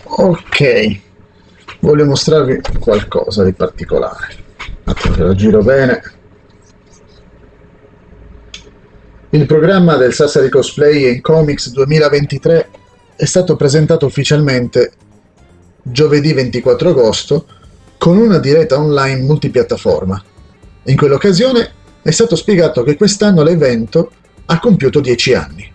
Ok, voglio mostrarvi qualcosa di particolare. Un attimo che lo giro bene. Il programma del Sassari Cosplay and Comics 2023 è stato presentato ufficialmente giovedì 24 agosto con una diretta online multipiattaforma. In quell'occasione è stato spiegato che quest'anno l'evento ha compiuto 10 anni.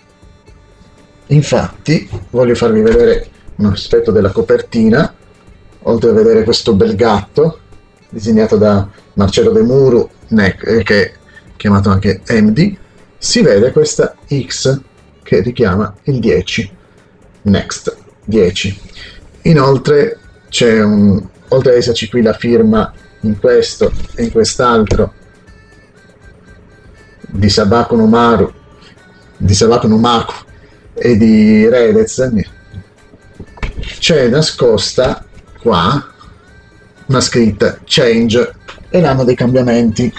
Infatti, voglio farvi vedere un aspetto della copertina, oltre a vedere questo bel gatto disegnato da Marcello De Muro, che è chiamato anche MD, si vede questa X che richiama il 10, Next 10. Inoltre oltre ad esserci qui la firma in questo e in quest'altro di Sabako no Maku e di Redez, c'è nascosta qua una scritta Change e l'anno dei cambiamenti.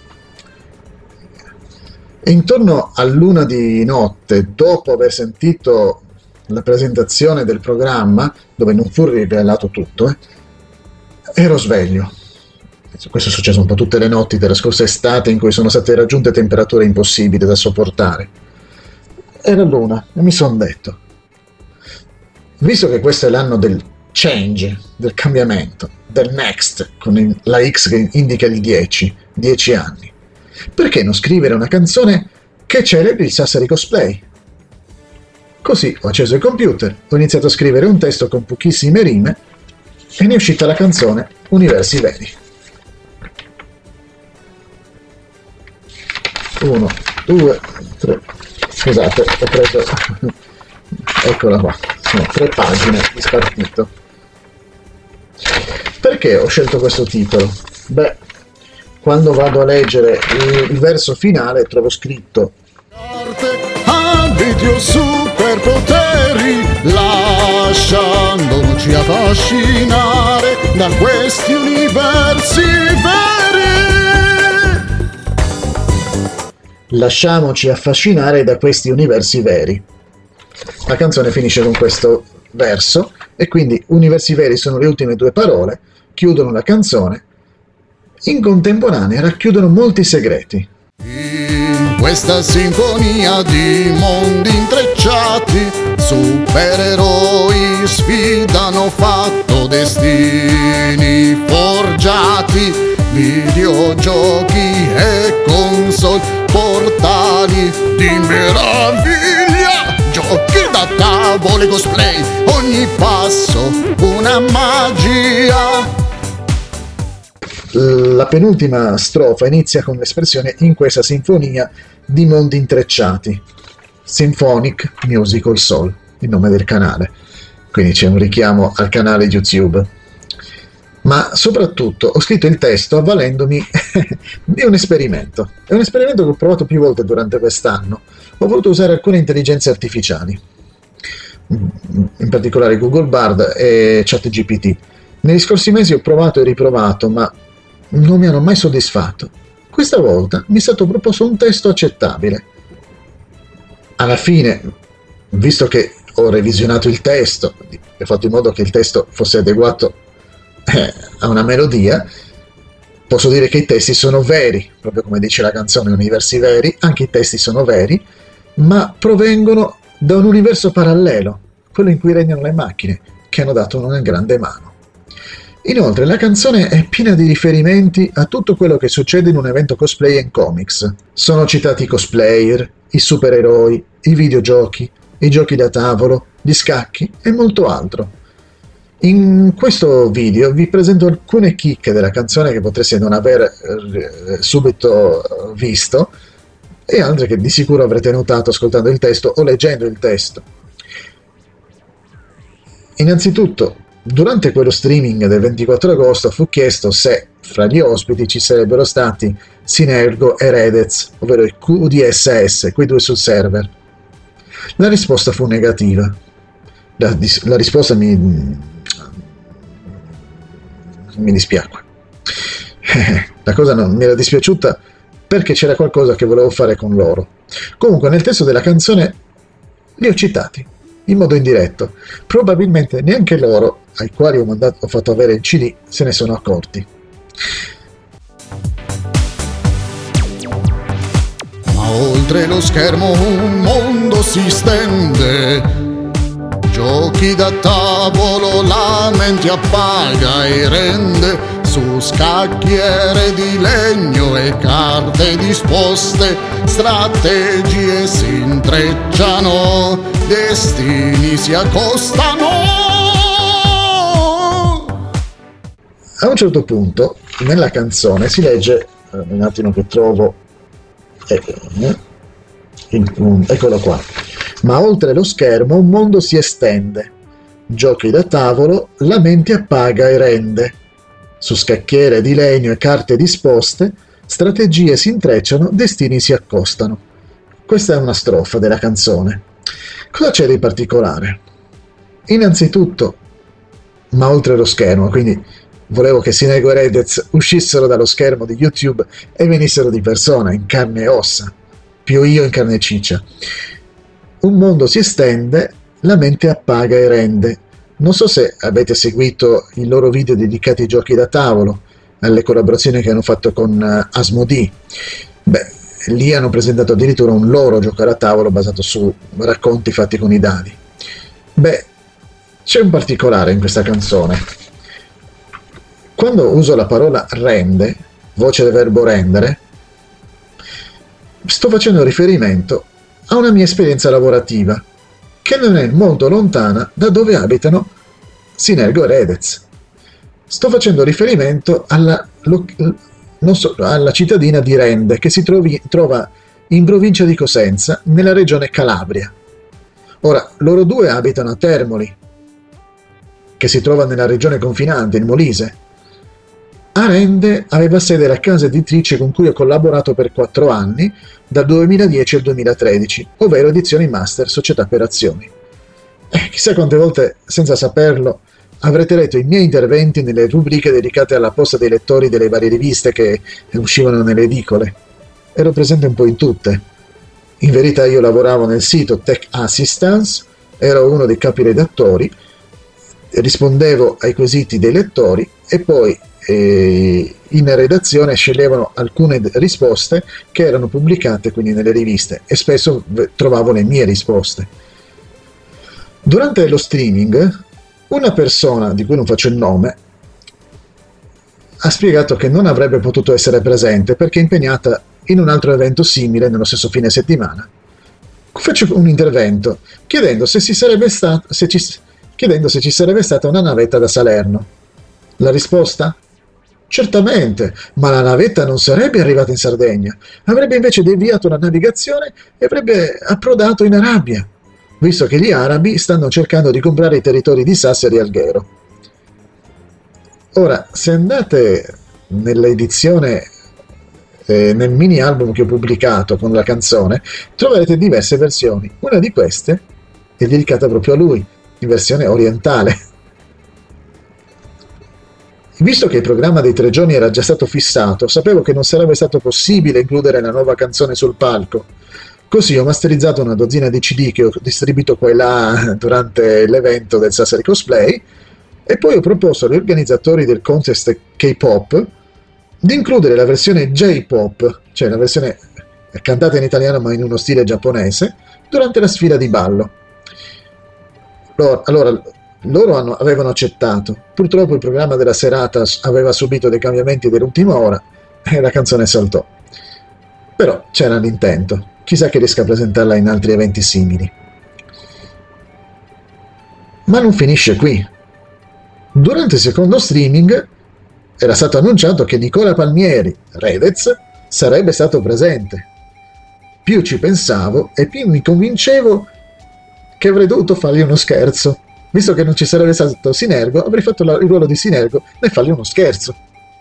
E intorno all'1 di notte, dopo aver sentito la presentazione del programma, dove non fu rivelato tutto, ero sveglio. Questo è successo un po' tutte le notti della scorsa estate, in cui sono state raggiunte temperature impossibili da sopportare. Era l'una e mi sono detto, visto che questo è l'anno del change, del cambiamento, del next, con la X che indica il 10 anni, perché non scrivere una canzone che celebri il Sassari Cosplay? Così ho acceso il computer, ho iniziato a scrivere un testo con pochissime rime e ne è uscita la canzone Universi Veri. 1, 2, 3. Scusate, ho preso eccola qua, sono 3 pagine di spartito. Perché ho scelto questo titolo? Beh, quando vado a leggere il verso finale trovo scritto: abiti superpoteri, lasciandoci affascinare da questi universi veri. Lasciamoci affascinare da questi universi veri. La canzone finisce con questo verso e quindi universi veri sono le ultime 2 parole, chiudono la canzone. In contemporanea racchiudono molti segreti. In questa sinfonia di mondi intrecciati, supereroi sfidano fatto destini forgiati, videogiochi e console, portali di meraviglia, giochi da tavolo e cosplay, ogni passo una magia. La penultima strofa inizia con l'espressione "in questa sinfonia di mondi intrecciati", Symphonic Musical Soul, il nome del canale, quindi c'è un richiamo al canale YouTube. Ma soprattutto ho scritto il testo avvalendomi di un esperimento. È un esperimento che ho provato più volte durante quest'anno. Ho voluto usare alcune intelligenze artificiali, in particolare Google Bard e ChatGPT. Negli scorsi mesi ho provato e riprovato, ma non mi hanno mai soddisfatto. Questa volta mi è stato proposto un testo accettabile. Alla fine, visto che ho revisionato il testo e fatto in modo che il testo fosse adeguato a una melodia, posso dire che i testi sono veri, proprio come dice la canzone Universi Veri. Anche i testi sono veri, ma provengono da un universo parallelo, quello in cui regnano le macchine, che hanno dato una grande mano. Inoltre la canzone è piena di riferimenti a tutto quello che succede in un evento cosplay and comics. Sono citati i cosplayer, i supereroi, i videogiochi, i giochi da tavolo, gli scacchi e molto altro. In questo video vi presento alcune chicche della canzone che potreste non aver subito visto e altre che di sicuro avrete notato ascoltando il testo o leggendo il testo. Innanzitutto, durante quello streaming del 24 agosto fu chiesto se fra gli ospiti ci sarebbero stati Sinergo e Redez, ovvero i QDSS, quei 2 sul server. La risposta fu negativa. La risposta mi dispiacque. La cosa non mi era dispiaciuta perché c'era qualcosa che volevo fare con loro. Comunque nel testo della canzone li ho citati in modo indiretto. Probabilmente neanche loro, ai quali ho fatto avere il CD, se ne sono accorti. Ma oltre lo schermo un mondo si stende. Giochi da tavolo, la mente appaga e rende, su scacchiere di legno e carte disposte, strategie si intrecciano, destini si accostano. A un certo punto, nella canzone si legge, un attimo che trovo, eccolo qua. Ma oltre lo schermo un mondo si estende. Giochi da tavolo, la mente appaga e rende. Su scacchiere di legno e carte disposte, strategie si intrecciano, destini si accostano. Questa è una strofa della canzone. Cosa c'è di particolare? Innanzitutto, ma oltre lo schermo, quindi volevo che Sinego e Redez uscissero dallo schermo di YouTube e venissero di persona, in carne e ossa, più io in carne e ciccia. Un mondo si estende, la mente appaga e rende. Non so se avete seguito i loro video dedicati ai giochi da tavolo, alle collaborazioni che hanno fatto con Asmodee. Beh, lì hanno presentato addirittura un loro gioco da tavolo basato su racconti fatti con i dadi. Beh, c'è un particolare in questa canzone. Quando uso la parola rende, voce del verbo rendere, sto facendo riferimento a una mia esperienza lavorativa che non è molto lontana da dove abitano Sinergo e Redez. Sto facendo riferimento alla cittadina di Rende, che si trova in provincia di Cosenza, nella regione Calabria. Ora, loro due abitano a Termoli, che si trova nella regione confinante, il Molise. A Rende aveva sede la casa editrice con cui ho collaborato per 4 anni, dal 2010 al 2013, ovvero Edizioni Master Società per Azioni. Chissà quante volte, senza saperlo, avrete letto i miei interventi nelle rubriche dedicate alla posta dei lettori delle varie riviste che uscivano nelle edicole. Ero presente un po' in tutte. In verità io lavoravo nel sito Tech Assistance, ero uno dei capiredattori, rispondevo ai quesiti dei lettori e poi in redazione sceglievano alcune risposte che erano pubblicate quindi nelle riviste e spesso trovavo le mie risposte. Durante lo streaming una persona, di cui non faccio il nome, ha spiegato che non avrebbe potuto essere presente perché è impegnata in un altro evento simile nello stesso fine settimana. Fece un intervento chiedendo se ci sarebbe stata una navetta da Salerno. La risposta? Certamente, ma la navetta non sarebbe arrivata in Sardegna, avrebbe invece deviato la navigazione e avrebbe approdato in Arabia, visto che gli arabi stanno cercando di comprare i territori di Sassari e Alghero. Ora, se andate nell'edizione, nel mini album che ho pubblicato con la canzone, troverete diverse versioni. Una di queste è dedicata proprio a lui, in versione orientale. Visto che il programma dei 3 giorni era già stato fissato, sapevo che non sarebbe stato possibile includere la nuova canzone sul palco. Così ho masterizzato una dozzina di CD che ho distribuito qua e là durante l'evento del Sassari Cosplay e poi ho proposto agli organizzatori del contest K-pop di includere la versione J-pop, cioè la versione cantata in italiano ma in uno stile giapponese, durante la sfida di ballo. Allora, loro avevano accettato. Purtroppo il programma della serata aveva subito dei cambiamenti dell'ultima ora e la canzone saltò. Però c'era l'intento. Chissà che riesca a presentarla in altri eventi simili. Ma non finisce qui. Durante il secondo streaming era stato annunciato che Nicola Palmieri, Redez, sarebbe stato presente. Più ci pensavo e più mi convincevo che avrei dovuto fargli uno scherzo. Visto che non ci sarebbe stato Sinergo, avrei fatto il ruolo di Sinergo nel fargli uno scherzo.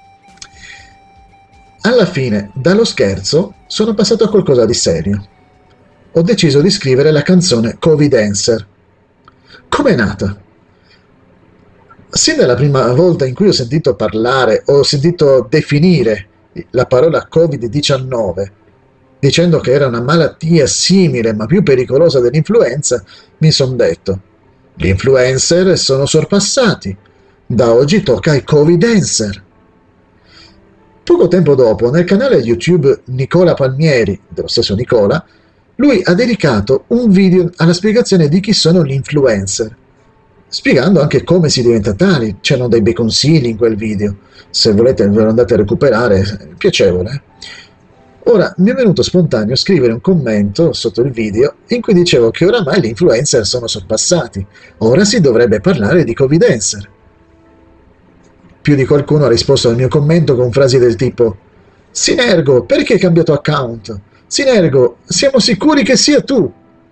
Alla fine, dallo scherzo, sono passato a qualcosa di serio. Ho deciso di scrivere la canzone Covidancer. Com'è nata? Sin dalla prima volta in cui ho sentito parlare, ho sentito definire la parola Covid-19 dicendo che era una malattia simile ma più pericolosa dell'influenza, mi son detto: gli influencer sono sorpassati, da oggi tocca ai Covidencer. Poco tempo dopo, nel canale YouTube Nicola Palmieri, dello stesso Nicola, lui ha dedicato un video alla spiegazione di chi sono gli influencer, spiegando anche come si diventa tali. C'erano dei bei consigli in quel video, se volete ve lo andate a recuperare, è piacevole. Ora mi è venuto spontaneo scrivere un commento sotto il video in cui dicevo che oramai gli influencer sono sorpassati, ora si dovrebbe parlare di Covidencer. Più di qualcuno ha risposto al mio commento con frasi del tipo: Sinergo, perché hai cambiato account? Sinergo, siamo sicuri che sia tu?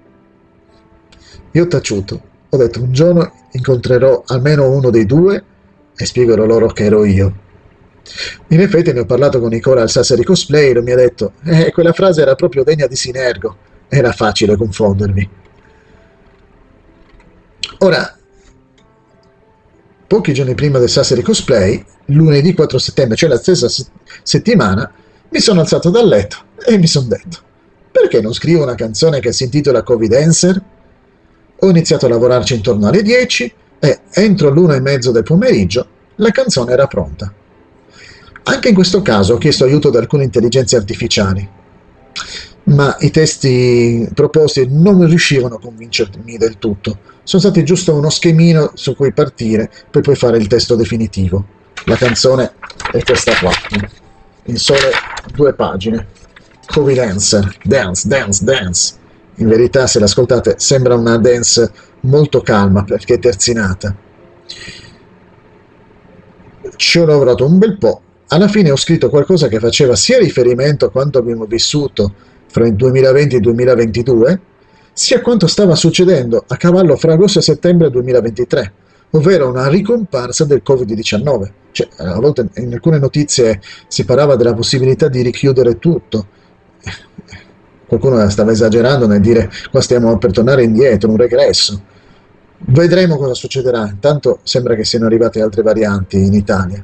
Io ho taciuto, ho detto un giorno incontrerò almeno uno dei due e spiegherò loro che ero io. In effetti ne ho parlato con Nicola al Sassari Cosplay e lui mi ha detto: quella frase era proprio degna di Sinergo, era facile confondervi. Ora, pochi giorni prima del Sassari Cosplay, lunedì 4 settembre, cioè la stessa settimana, mi sono alzato dal letto e mi sono detto: perché non scrivo una canzone che si intitola Covidencer? Ho iniziato a lavorarci intorno alle 10 e entro l'1:30 del pomeriggio la canzone era pronta. Anche in questo caso ho chiesto aiuto da alcune intelligenze artificiali, ma i testi proposti non riuscivano a convincermi del tutto. Sono stati giusto uno schemino su cui partire per poi fare il testo definitivo. La canzone è questa qua, in sole 2 pagine. Covidencer, dance, dance, dance. In verità, se l'ascoltate, sembra una dance molto calma perché è terzinata. Ci ho lavorato un bel po'. Alla fine ho scritto qualcosa che faceva sia riferimento a quanto abbiamo vissuto fra il 2020 e il 2022, sia a quanto stava succedendo a cavallo fra agosto e settembre 2023, ovvero una ricomparsa del Covid-19. Cioè, a volte in alcune notizie si parlava della possibilità di richiudere tutto. Qualcuno stava esagerando nel dire qua stiamo per tornare indietro, un regresso. Vedremo cosa succederà. Intanto sembra che siano arrivate altre varianti in Italia.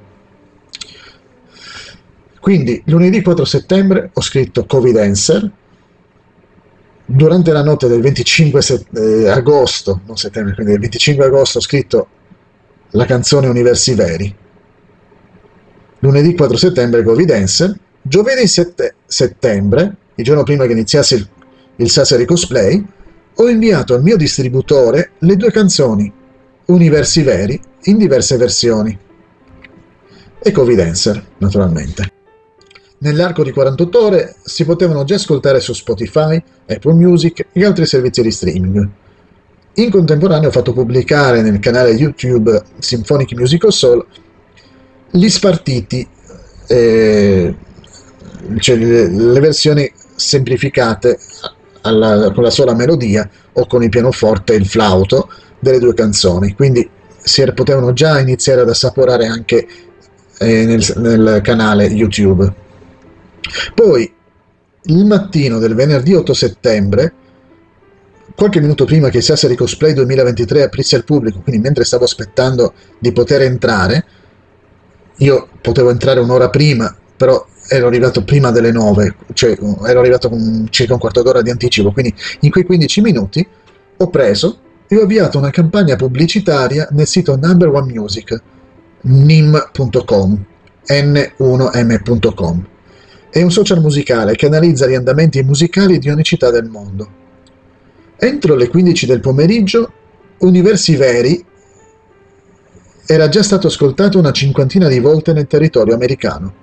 Quindi lunedì 4 settembre ho scritto Covidencer. Durante la notte del 25 agosto, non settembre, quindi del 25 agosto ho scritto la canzone Universi Veri. Lunedì 4 settembre Covidencer. Giovedì 7 settembre, il giorno prima che iniziasse il Sassari Cosplay, ho inviato al mio distributore le 2 canzoni Universi Veri in diverse versioni e Covidencer, naturalmente. Nell'arco di 48 ore si potevano già ascoltare su Spotify, Apple Music e altri servizi di streaming. In contemporanea ho fatto pubblicare nel canale YouTube Symphonic Musical Soul gli spartiti, cioè le versioni semplificate con la sola melodia o con il pianoforte e il flauto delle 2 canzoni, quindi potevano già iniziare ad assaporare anche nel canale YouTube. Poi il mattino del venerdì 8 settembre, qualche minuto prima che il Sassari Cosplay 2023 aprisse al pubblico, quindi mentre stavo aspettando di poter entrare, io potevo entrare un'ora prima, però ero arrivato prima delle 9, cioè ero arrivato con circa un quarto d'ora di anticipo, quindi in quei 15 minuti ho preso e ho avviato una campagna pubblicitaria nel sito Number One Music, nim.com, n1m.com. È un social musicale che analizza gli andamenti musicali di ogni città del mondo. Entro le 15 del pomeriggio, Universi Veri era già stato ascoltato una 50ina di volte nel territorio americano.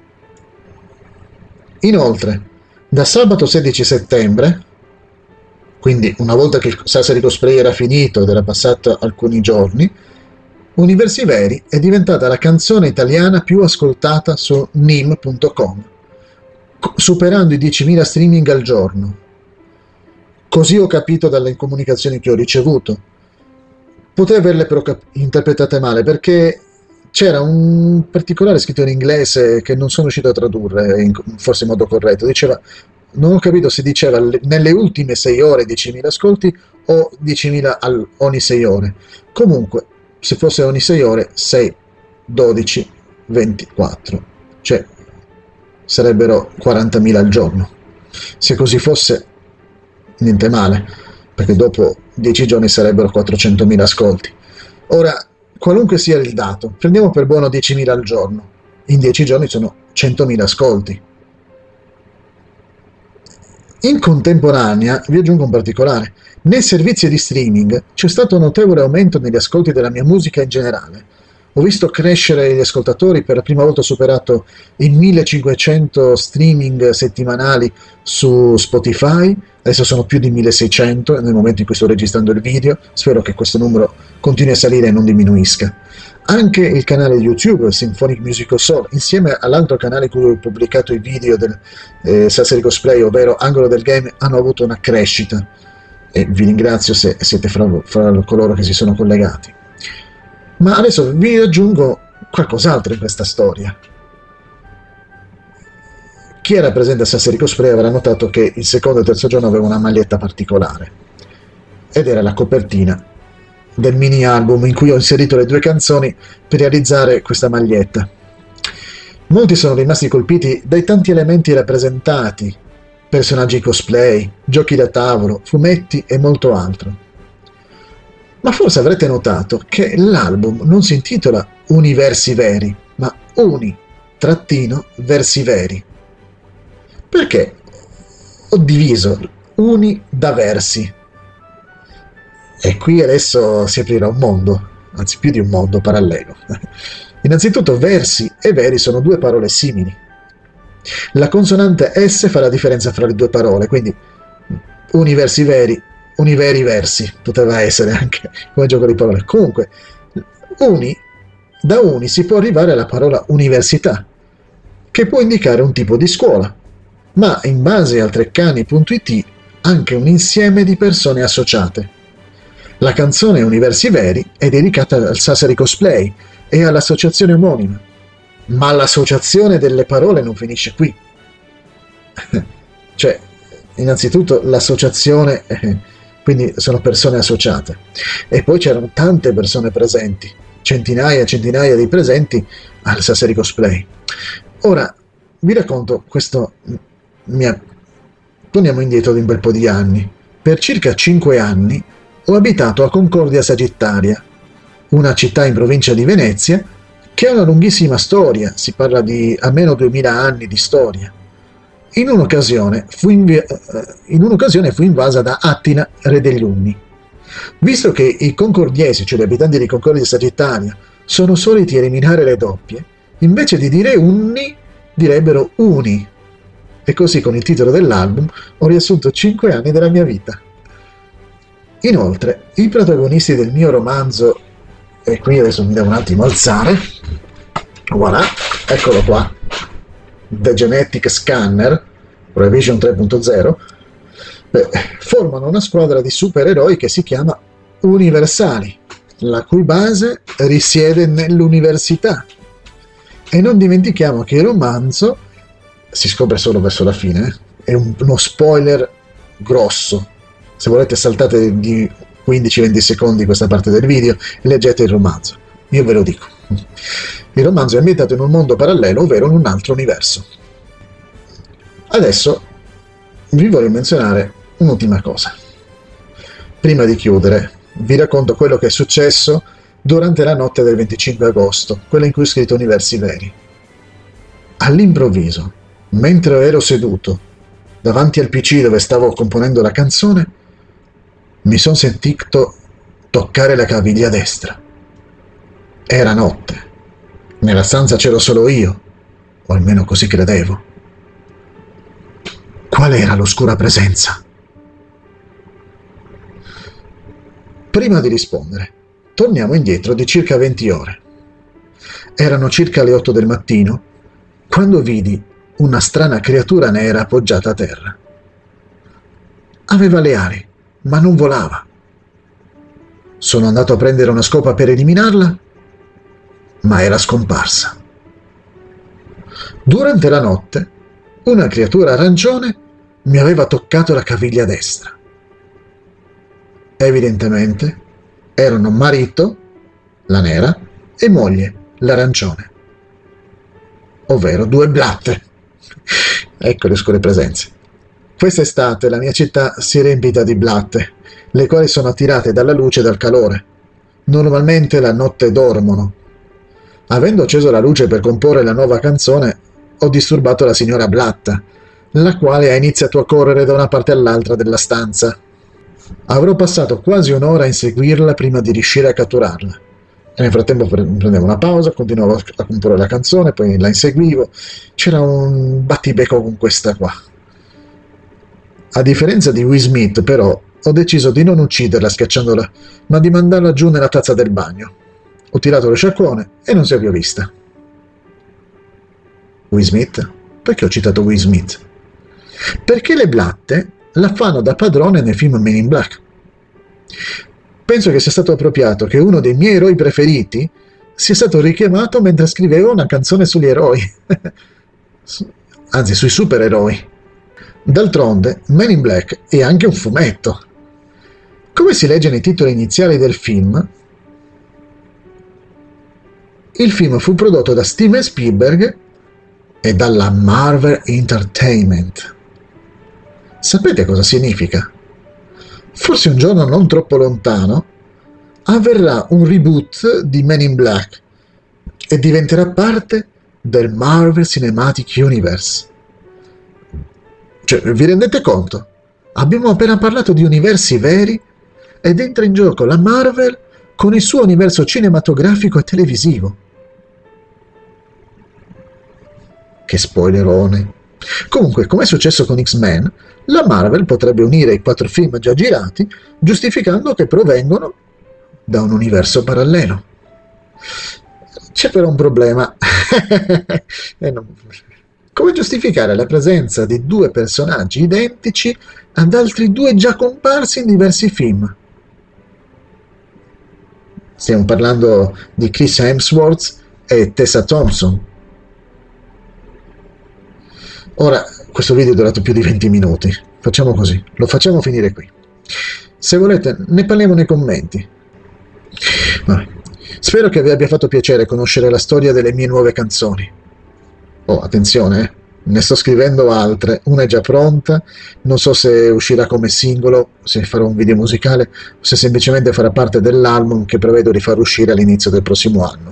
Inoltre, da sabato 16 settembre, quindi una volta che il Sassari Cosplay era finito ed era passato alcuni giorni, Universi Veri è diventata la canzone italiana più ascoltata su nim.com, superando i 10.000 streaming al giorno. Così ho capito dalle comunicazioni che ho ricevuto. Potrei averle però interpretate male, perché c'era un particolare scritto in inglese che non sono riuscito a tradurre forse in modo corretto. Diceva, non ho capito se diceva nelle ultime 6 ore 10.000 ascolti o 10.000 ogni 6 ore. Comunque, se fosse ogni 6 ore, 6, 12, 24, cioè sarebbero 40.000 al giorno. Se così fosse, niente male, perché dopo 10 giorni sarebbero 400.000 ascolti. Ora, qualunque sia il dato, prendiamo per buono 10.000 al giorno. In 10 giorni sono 100.000 ascolti. In contemporanea, vi aggiungo un particolare, nei servizi di streaming c'è stato un notevole aumento negli ascolti della mia musica in generale. Ho visto crescere gli ascoltatori, per la prima volta ho superato i 1500 streaming settimanali su Spotify, adesso sono più di 1600 nel momento in cui sto registrando il video, spero che questo numero continui a salire e non diminuisca. Anche il canale YouTube, Symphonic Musical Soul, insieme all'altro canale in cui ho pubblicato i video del Sassari Cosplay, ovvero Angolo del Game, hanno avuto una crescita e vi ringrazio se siete fra coloro che si sono collegati. Ma adesso vi aggiungo qualcos'altro in questa storia. Chi era presente a Sassari Cosplay avrà notato che il secondo e il terzo giorno avevo una maglietta particolare ed era la copertina del mini album in cui ho inserito le 2 canzoni per realizzare questa maglietta. Molti sono rimasti colpiti dai tanti elementi rappresentati, personaggi cosplay, giochi da tavolo, fumetti e molto altro. Ma forse avrete notato che l'album non si intitola Universi Veri, ma Uni-Versi Veri. Perché ho diviso uni da versi. E qui adesso si aprirà un mondo, anzi più di un mondo parallelo. Innanzitutto versi e veri sono 2 parole simili. La consonante S fa la differenza fra le 2 parole, quindi universi veri, univeri versi, poteva essere anche come gioco di parole. Comunque, da uni si può arrivare alla parola università, che può indicare un tipo di scuola, ma in base al Treccani.it anche un insieme di persone associate. La canzone Universi Veri è dedicata al Sassari Cosplay e all'associazione omonima, ma l'associazione delle parole non finisce qui. Cioè, innanzitutto l'associazione, quindi sono persone associate, e poi c'erano tante persone presenti, centinaia e centinaia di presenti al Sassari Cosplay. Ora vi racconto questo. Torniamo indietro di un bel po' di anni. Per circa 5 anni ho abitato a Concordia Sagittaria, una città in provincia di Venezia che ha una lunghissima storia, si parla di almeno 2000 anni di storia. In un'occasione fu invasa da Attina, re degli Unni. Visto che i concordiesi, cioè gli abitanti di Concordia Sagittaria, sono soliti eliminare le doppie, invece di dire Unni direbbero Uni. E così con il titolo dell'album ho riassunto 5 anni della mia vita. Inoltre, i protagonisti del mio romanzo, e qui adesso mi devo un attimo alzare, voilà, eccolo qua, The Genetic Scanner, Revision 3.0, formano una squadra di supereroi che si chiama Universali, la cui base risiede nell'università. E non dimentichiamo che il romanzo, si scopre solo verso la fine, è uno spoiler grosso. Se volete saltate di 15-20 secondi questa parte del video e leggete il romanzo. Io ve lo dico. Il romanzo è ambientato in un mondo parallelo, ovvero in un altro universo. Adesso vi voglio menzionare un'ultima cosa. Prima di chiudere, vi racconto quello che è successo durante la notte del 25 agosto, quella in cui ho scritto Universi Veri. All'improvviso, mentre ero seduto davanti al PC dove stavo componendo la canzone, mi sono sentito toccare la caviglia destra. Era notte. Nella stanza c'ero solo io, o almeno così credevo. Qual era l'oscura presenza? Prima di rispondere, torniamo indietro di circa 20 ore. Erano circa le 8 del mattino quando vidi una strana creatura nera appoggiata a terra. Aveva le ali, ma non volava. Sono andato a prendere una scopa per eliminarla, ma era scomparsa. Durante la notte, una creatura arancione mi aveva toccato la caviglia destra. Evidentemente erano marito, la nera, e moglie, l'arancione, ovvero 2 blatte. Ecco le oscure presenze. Quest'estate la mia città si è riempita di blatte, le quali sono attirate dalla luce e dal calore. Normalmente la notte dormono. Avendo acceso la luce per comporre la nuova canzone, ho disturbato la signora Blatta, la quale ha iniziato a correre da una parte all'altra della stanza. Avrò passato quasi un'ora a inseguirla prima di riuscire a catturarla. E nel frattempo prendevo una pausa, continuavo a comporre la canzone, poi la inseguivo. C'era un battibecco con questa qua. A differenza di Will Smith, però, ho deciso di non ucciderla schiacciandola, ma di mandarla giù nella tazza del bagno. Ho tirato lo sciacquone e non si è più vista. Will Smith? Perché ho citato Will Smith? Perché le blatte la fanno da padrone nel film Men in Black. Penso che sia stato appropriato che uno dei miei eroi preferiti sia stato richiamato mentre scrivevo una canzone sugli eroi. Anzi, sui supereroi. D'altronde, Men in Black è anche un fumetto. Come si legge nei titoli iniziali del film, il film fu prodotto da Steven Spielberg e dalla Marvel Entertainment. Sapete cosa significa? Forse un giorno non troppo lontano avverrà un reboot di Men in Black e diventerà parte del Marvel Cinematic Universe. Cioè, vi rendete conto? Abbiamo appena parlato di universi veri ed entra in gioco la Marvel con il suo universo cinematografico e televisivo. Che spoilerone. Comunque, come è successo con X-Men, la Marvel potrebbe unire i 4 film già girati, giustificando che provengono da un universo parallelo. C'è però un problema. Come giustificare la presenza di 2 personaggi identici ad altri 2 già comparsi in diversi film? Stiamo parlando di Chris Hemsworth e Tessa Thompson. Ora, questo video è durato più di 20 minuti. Facciamo così, lo facciamo finire qui. Se volete, ne parliamo nei commenti. Vabbè. Spero che vi abbia fatto piacere conoscere la storia delle mie nuove canzoni. Oh, attenzione, ne sto scrivendo altre. Una è già pronta, non so se uscirà come singolo, se farò un video musicale, o se semplicemente farà parte dell'album che prevedo di far uscire all'inizio del prossimo anno.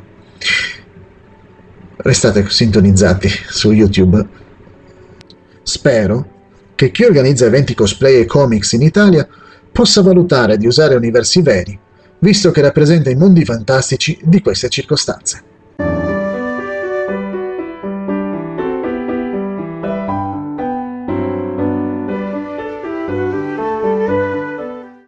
Restate sintonizzati su YouTube. Spero che chi organizza eventi cosplay e comics in Italia possa valutare di usare universi veri, visto che rappresenta i mondi fantastici di queste circostanze.